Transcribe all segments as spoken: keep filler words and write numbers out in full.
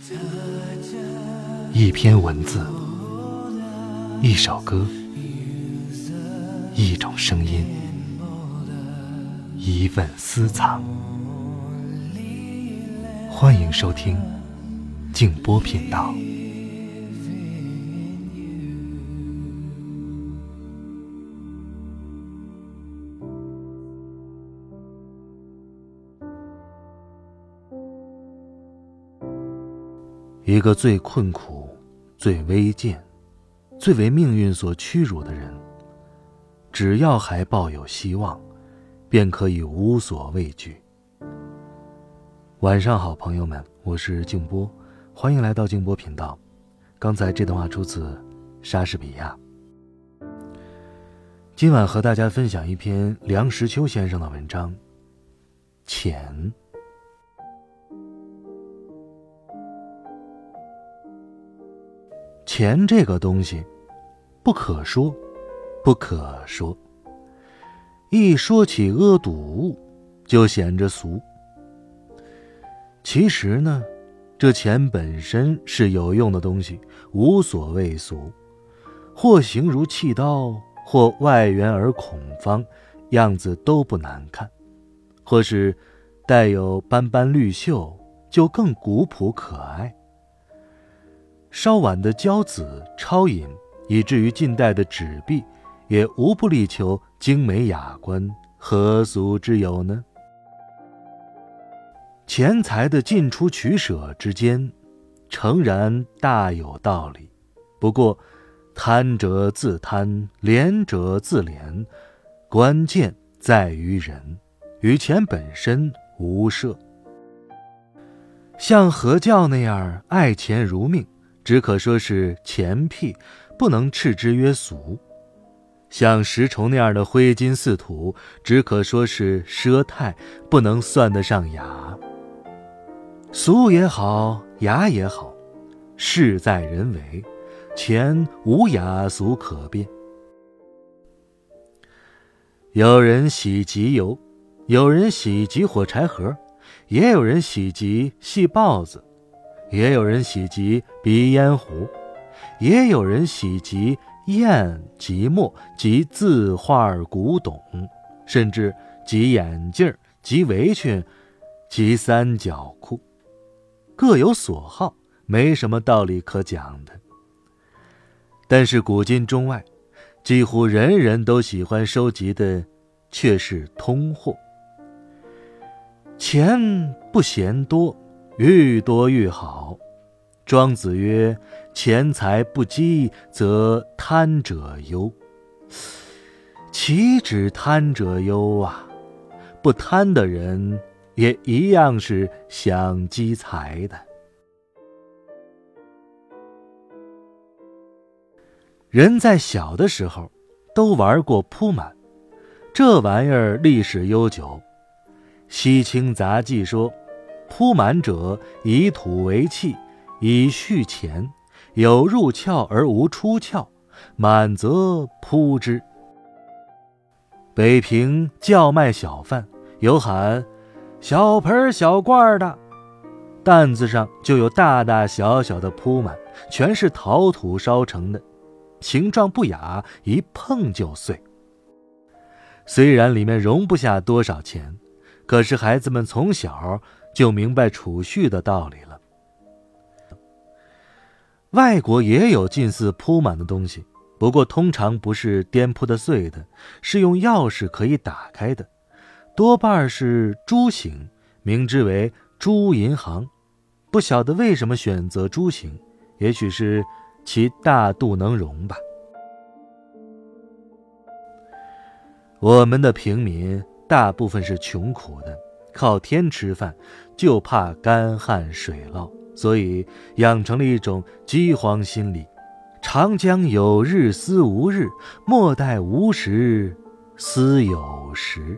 一篇文字，一首歌，一种声音，一份私藏。欢迎收听静波频道。一个最困苦、最微贱、最为命运所屈辱的人，只要还抱有希望，便可以无所畏惧。晚上好，朋友们，我是静波，欢迎来到静波频道。刚才这段话出自莎士比亚。今晚和大家分享一篇梁实秋先生的文章《钱》。钱这个东西，不可说，不可说。一说起阿堵物，就显着俗。其实呢，这钱本身是有用的东西，无所谓俗。或形如契刀，或外圆而孔方，样子都不难看；或是带有斑斑绿锈，就更古朴可爱。稍晚的交子、超银，以至于近代的纸币，也无不力求精美雅观，何俗之有呢？钱财的进出取舍之间，诚然大有道理。不过，贪者自贪，廉者自廉，关键在于人，与钱本身无涉。像何教那样爱钱如命，只可说是钱癖，不能斥之曰俗。像石崇那样的挥金似土，只可说是奢态，不能算得上雅。俗也好，雅也好，事在人为，钱无雅俗可辨。有人喜集邮，有人喜集火柴盒，也有人喜集细豹子，也有人喜集鼻烟壶，也有人喜集砚、集墨、集字画、古董，甚至集眼镜、集围裙、集三角裤，各有所好，没什么道理可讲的。但是古今中外，几乎人人都喜欢收集的却是通货。钱不嫌多，愈多愈好。庄子曰：钱财不积，则贪者忧。岂止贪者忧啊，不贪的人也一样是想积财的。人在小的时候都玩过铺满，这玩意儿历史悠久。西清杂记说，铺满者以土为器，以蓄钱，有入窍而无出窍，满则铺之。北平叫卖小贩有喊小盆小罐的，担子上就有大大小小的铺满，全是陶土烧成的，形状不雅，一碰就碎。虽然里面容不下多少钱，可是孩子们从小就明白储蓄的道理了。外国也有近似铺满的东西，不过通常不是颠扑的碎的，是用钥匙可以打开的，多半是猪形，名之为猪银行。不晓得为什么选择猪形，也许是其大肚能容吧。我们的平民大部分是穷苦的，靠天吃饭，就怕干旱水涝，所以养成了一种饥荒心理，常将有日思无日，莫待无时思有时。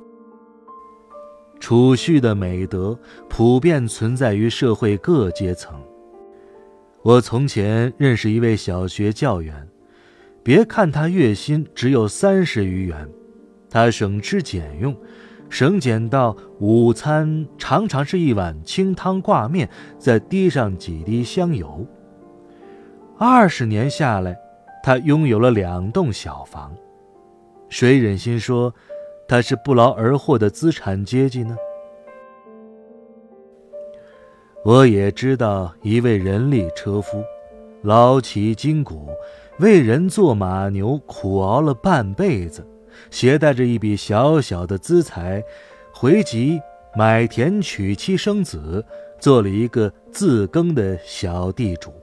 储蓄的美德普遍存在于社会各阶层。我从前认识一位小学教员，别看他月薪只有三十余元，他省吃俭用， 省俭到午餐常常是一碗清汤挂面，再滴上几滴香油。二十年下来，他拥有了两栋小房。谁忍心说他是不劳而获的资产阶级呢？我也知道一位人力车夫，劳其筋骨，为人做马牛，苦熬了半辈子，携带着一笔小小的资财，回籍买田娶妻生子，做了一个自耕的小地主。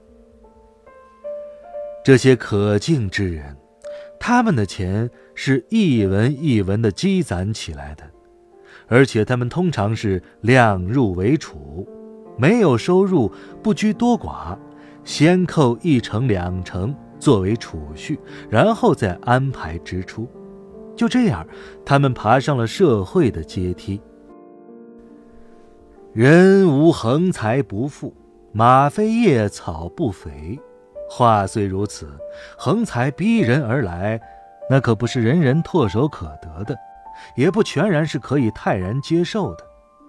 这些可敬之人，他们的钱是一文一文地积攒起来的，而且他们通常是量入为储，没有收入不拘多寡，先扣一成两成作为储蓄，然后再安排支出。就这样，他们爬上了社会的阶梯。人无横财不富，马非夜草不肥。话虽如此，横财逼人而来，那可不是人人唾手可得的，也不全然是可以泰然接受的。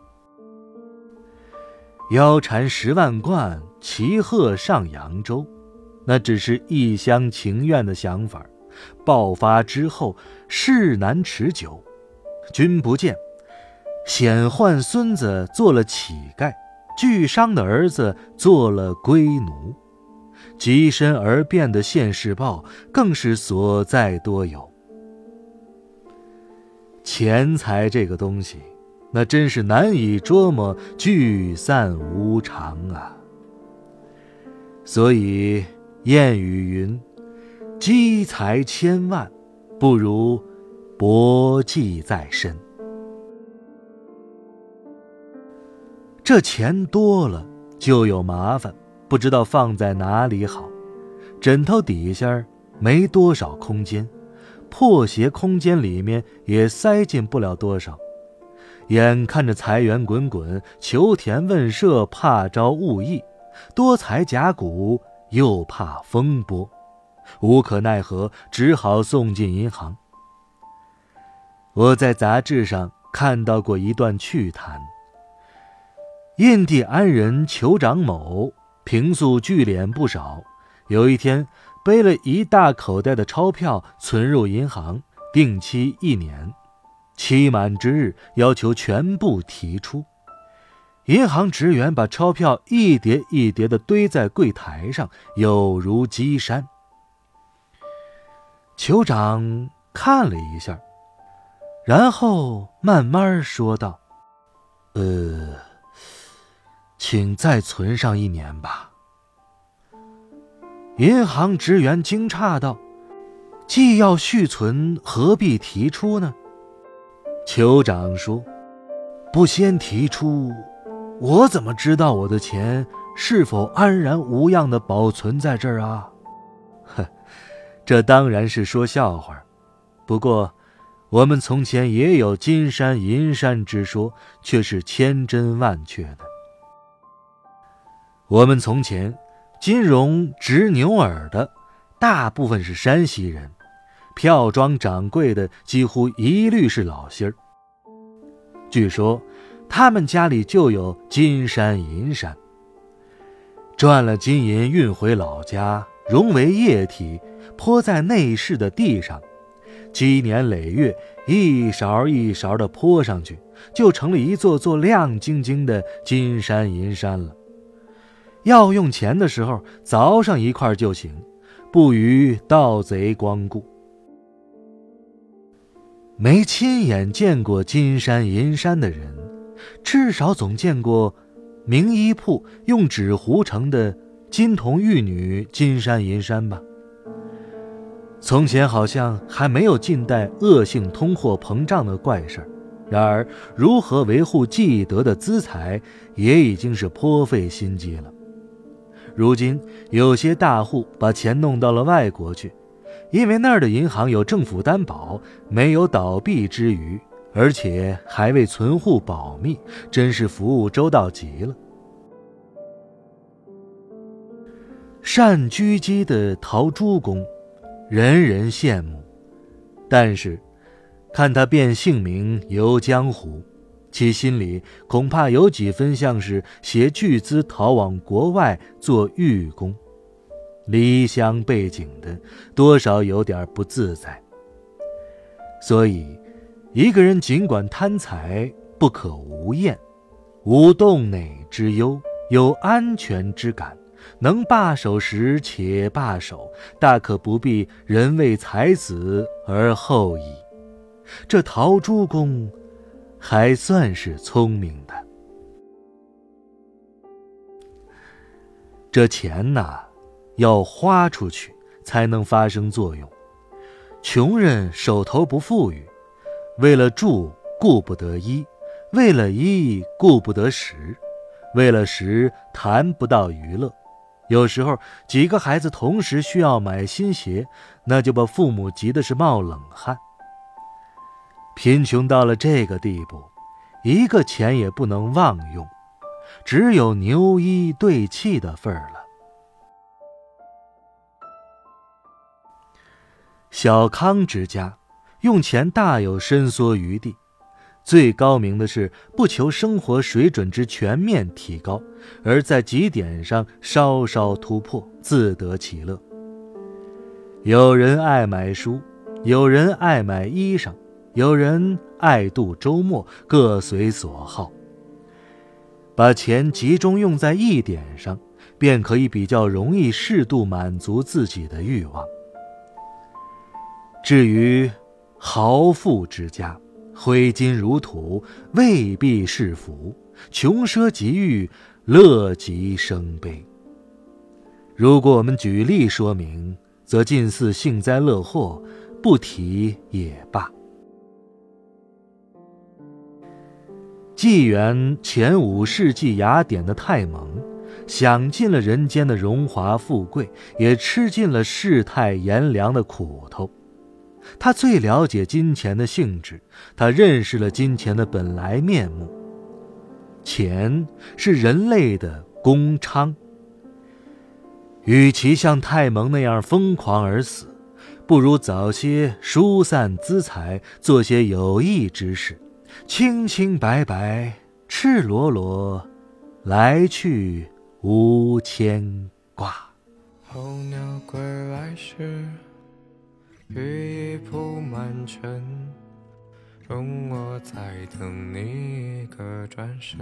腰缠十万贯，骑鹤上扬州，那只是一厢情愿的想法，爆发之后事难持久。君不见，显宦孙子做了乞丐，巨商的儿子做了龟奴，极身而变的现世报更是所在多有。钱财这个东西，那真是难以捉摸，聚散无常啊。所以谚语云，积财千万，不如薄技在身。这钱多了就有麻烦，不知道放在哪里好。枕头底下没多少空间，破鞋空间里面也塞进不了多少。眼看着财源滚滚，求田问舍怕招物议，多财甲骨又怕风波，无可奈何，只好送进银行。我在杂志上看到过一段趣谈。印第安人酋长某平素聚敛不少，有一天背了一大口袋的钞票存入银行，定期一年，期满之日要求全部提出。银行职员把钞票一叠一叠地堆在柜台上，有如积山。酋长看了一下，然后慢慢说道：呃请再存上一年吧。银行职员惊诧道：既要续存，何必提出呢？酋长说：不先提出，我怎么知道我的钱是否安然无恙地保存在这儿啊？呵，这当然是说笑话。不过我们从前也有金山银山之说，却是千真万确的。我们从前金融执牛耳的大部分是山西人，票庄掌柜的几乎一律是老心儿。据说他们家里就有金山银山，赚了金银运回老家，融为液体，泼在内室的地上，积年累月，一勺一勺地泼上去，就成了一座座亮晶晶的金山银山了。要用钱的时候，凿上一块就行，不与盗贼光顾。没亲眼见过金山银山的人，至少总见过名医铺用纸糊成的金童玉女金山银山吧。从前好像还没有近代恶性通货膨胀的怪事儿，然而如何维护既得的资财，也已经是颇费心机了。如今有些大户把钱弄到了外国去，因为那儿的银行有政府担保，没有倒闭之虞，而且还为存户保密，真是服务周到极了。善狙击的陶朱公人人羡慕，但是看他变姓名游江湖，其心里恐怕有几分像是携巨资逃往国外做寓工，离乡背井的，多少有点不自在。所以一个人尽管贪财，不可无厌，无洞内之忧，有安全之感，能罢手时且罢手，大可不必人为财死而后已。这陶朱公还算是聪明的。这钱呐，要花出去才能发生作用。穷人手头不富裕，为了住顾不得衣，为了衣顾不得食，为了食谈不到娱乐。有时候几个孩子同时需要买新鞋，那就把父母急的是冒冷汗。贫穷到了这个地步，一个钱也不能妄用，只有牛衣对气的份儿了。小康之家用钱大有伸缩余地，最高明的是不求生活水准之全面提高，而在几点上稍稍突破，自得其乐。有人爱买书，有人爱买衣裳，有人爱度周末，各随所好。把钱集中用在一点上，便可以比较容易适度满足自己的欲望。至于豪富之家，挥金如土，未必是福，穷奢极欲，乐极生悲。如果我们举例说明，则近似幸灾乐祸，不提也罢。纪元前五世纪雅典的泰蒙，享尽了人间的荣华富贵，也吃尽了世态炎凉的苦头。他最了解金钱的性质，他认识了金钱的本来面目。钱是人类的公娼，与其像泰蒙那样疯狂而死，不如早些疏散资财，做些有益之事，清清白白，赤裸裸，来去无牵挂。 候鸟归来时，雨已铺满城，容我再等你一个转身。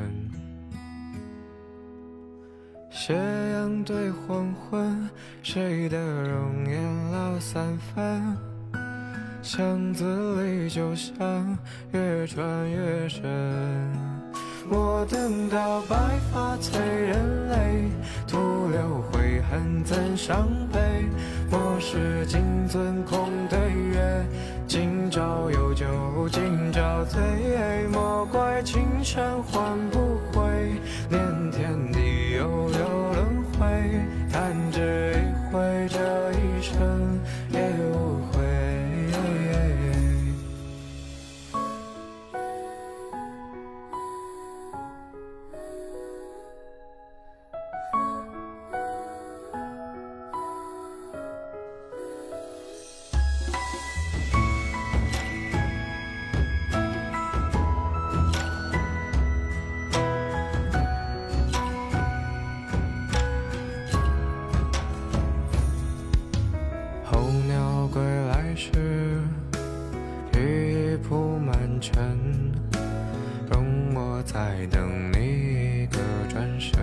斜阳对黄昏，谁的容颜老三分？巷子里酒香越传越深，我等到白发催人泪，徒留悔恨怎伤悲？莫视金樽空对月，今朝有酒今朝醉，莫怪青山还不回，念天地悠悠轮回，弹指一挥这一生也无悔。候鸟归来时，雨已铺满城，容我再等你一个转身。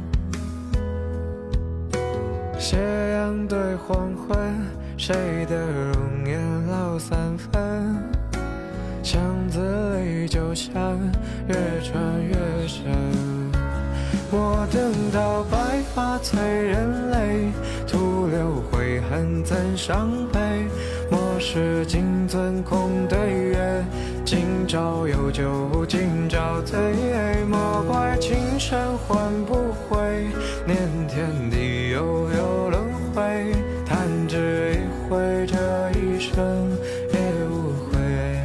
斜阳对黄昏，谁的容颜老三分？巷子里酒香越传越深，我等到白发催人泪，徒留悔恨怎伤悲？莫视金樽空对月，今朝有酒今朝醉，莫怪青山还不回，念天地悠悠轮回，弹指一挥这一生也无悔。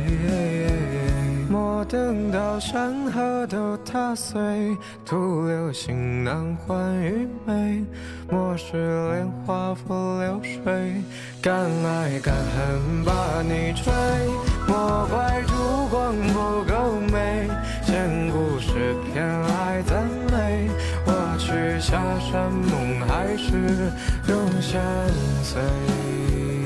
莫等到山河都踏碎，徒留行囊换与美，莫视莲花付流水，敢爱敢恨把你追， 莫怪烛光不够美，见故事偏爱赞美。我去下山，梦还是永相随。